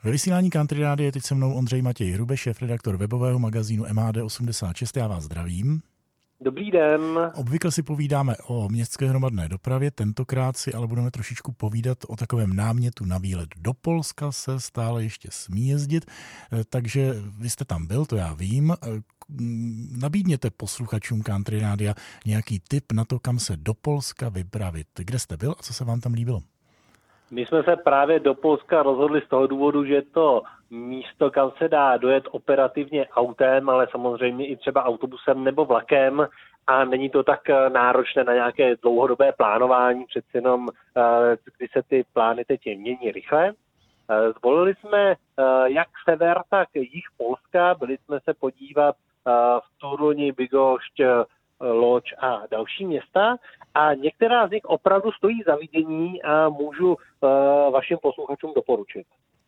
Ve vysílání Country Rádia je teď se mnou Ondřej Matěj Hrubeš, šéfredaktor webového magazínu MHD86. Já vás zdravím. Dobrý den. Obvykle si povídáme o městské hromadné dopravě, tentokrát si ale budeme trošičku povídat o takovém námětu na výlet. Do Polska se stále ještě smí jezdit, takže vy jste tam byl, to já vím. Nabídněte posluchačům Country Rádia nějaký tip na to, kam se do Polska vypravit. Kde jste byl a co se vám tam líbilo? My jsme se právě do Polska rozhodli z toho důvodu, že je to místo, kam se dá dojet operativně autem, ale samozřejmě i třeba autobusem nebo vlakem a není to tak náročné na nějaké dlouhodobé plánování, přeci jenom, kdy se ty plány teď mění rychle. Zvolili jsme jak sever, tak jih Polska, byli jsme se podívat v Turuni, Bydgoszcz, Łódź a další města a některá z nich opravdu stojí za vidění a můžu vašim posluchačům doporučit.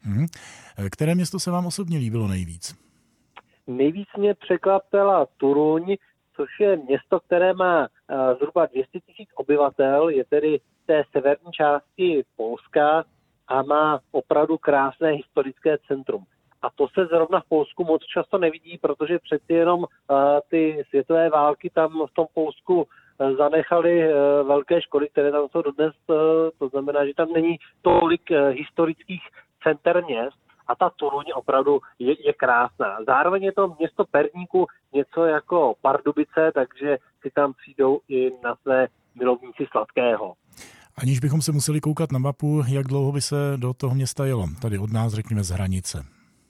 Které město se vám osobně líbilo nejvíc? Nejvíc mě překvapila Turuň, což je město, které má zhruba 200 000 obyvatel, je tedy v té severní části Polska a má opravdu krásné historické centrum. A to se zrovna v Polsku moc často nevidí, protože přeci jenom ty světové války tam v tom Polsku zanechaly velké škody, které tam jsou dodnes. To znamená, že tam není tolik historických center měst a ta Turuň opravdu je krásná. Zároveň je to město perníku, něco jako Pardubice, takže si tam přijdou i na své milovníci sladkého. Aniž bychom se museli koukat na mapu, jak dlouho by se do toho města jelo? Tady od nás, řekněme, z hranice.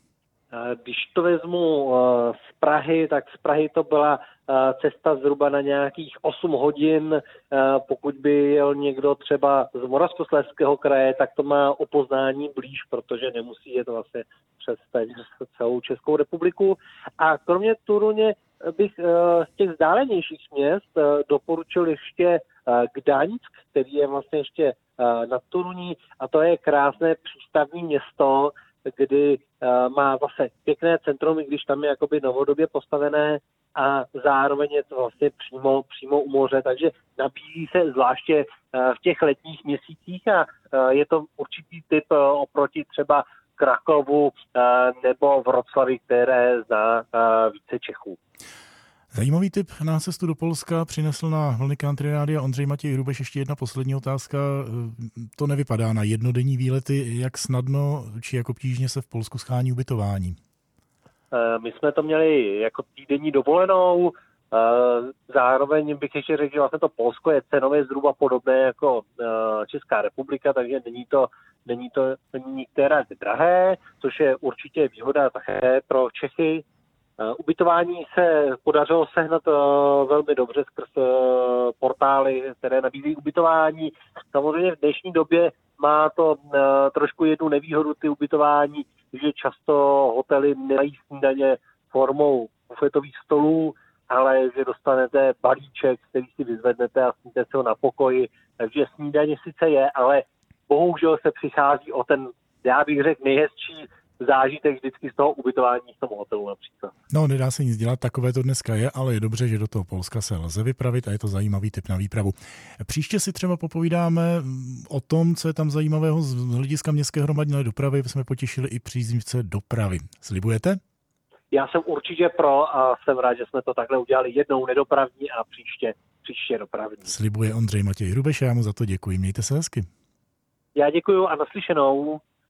Když to vezmu z Prahy, tak z Prahy to byla cesta zhruba na nějakých 8 hodin. Pokud by jel někdo třeba z Moravskoslezského kraje, tak to má o poznání blíž, protože nemusí jet vlastně přes celou Českou republiku. A kromě Turuně bych z těch vzdálenějších měst doporučil ještě Gdaňsk, který je vlastně ještě nad Turuní, a to je krásné přístavní město, kdy má zase pěkné centrum, i když tam je jakoby novodobě postavené a zároveň je to vlastně přímo u moře, takže nabízí se zvláště v těch letních měsících a je to určitý typ oproti třeba Krakovu nebo Wroclawi, které zná více Čechů. Zajímavý tip na cestu do Polska přinesl na vlny Country Rádia Ondřej Matěj Hrubeš. Ještě jedna poslední otázka. To nevypadá na jednodenní výlety. Jak snadno či jak obtížně se v Polsku schání ubytování? My jsme to měli jako týdenní dovolenou. Zároveň bych ještě řekl, že vlastně to Polsko je cenově zhruba podobné jako Česká republika, takže není to některé drahé, což je určitě výhoda také pro Čechy. Ubytování se podařilo sehnat velmi dobře skrz portály, které nabízí ubytování. Samozřejmě v dnešní době má to trošku jednu nevýhodu ty ubytování, že často hotely nemají snídaně formou bufetových stolů, ale že dostanete balíček, který si vyzvednete a sníte se ho na pokoji. Takže snídaně sice je, ale bohužel se přichází o ten, já bych řekl, nejhezčí zážitek vždycky z toho ubytování v tom hotelu například. No, nedá se nic dělat, takové to dneska je, ale je dobře, že do toho Polska se lze vypravit a je to zajímavý tip na výpravu. Příště si třeba popovídáme o tom, co je tam zajímavého z hlediska městské hromadné dopravy. Jsme potěšili i příznivce dopravy. Slibujete? Já jsem určitě pro a jsem rád, že jsme to takhle udělali jednou nedopravní a příště dopravní. Slibuje Ondřej Matěj Hrubeš, já mu za to děkuji. Mějte se hezky. Já děkuju a naslyšenou.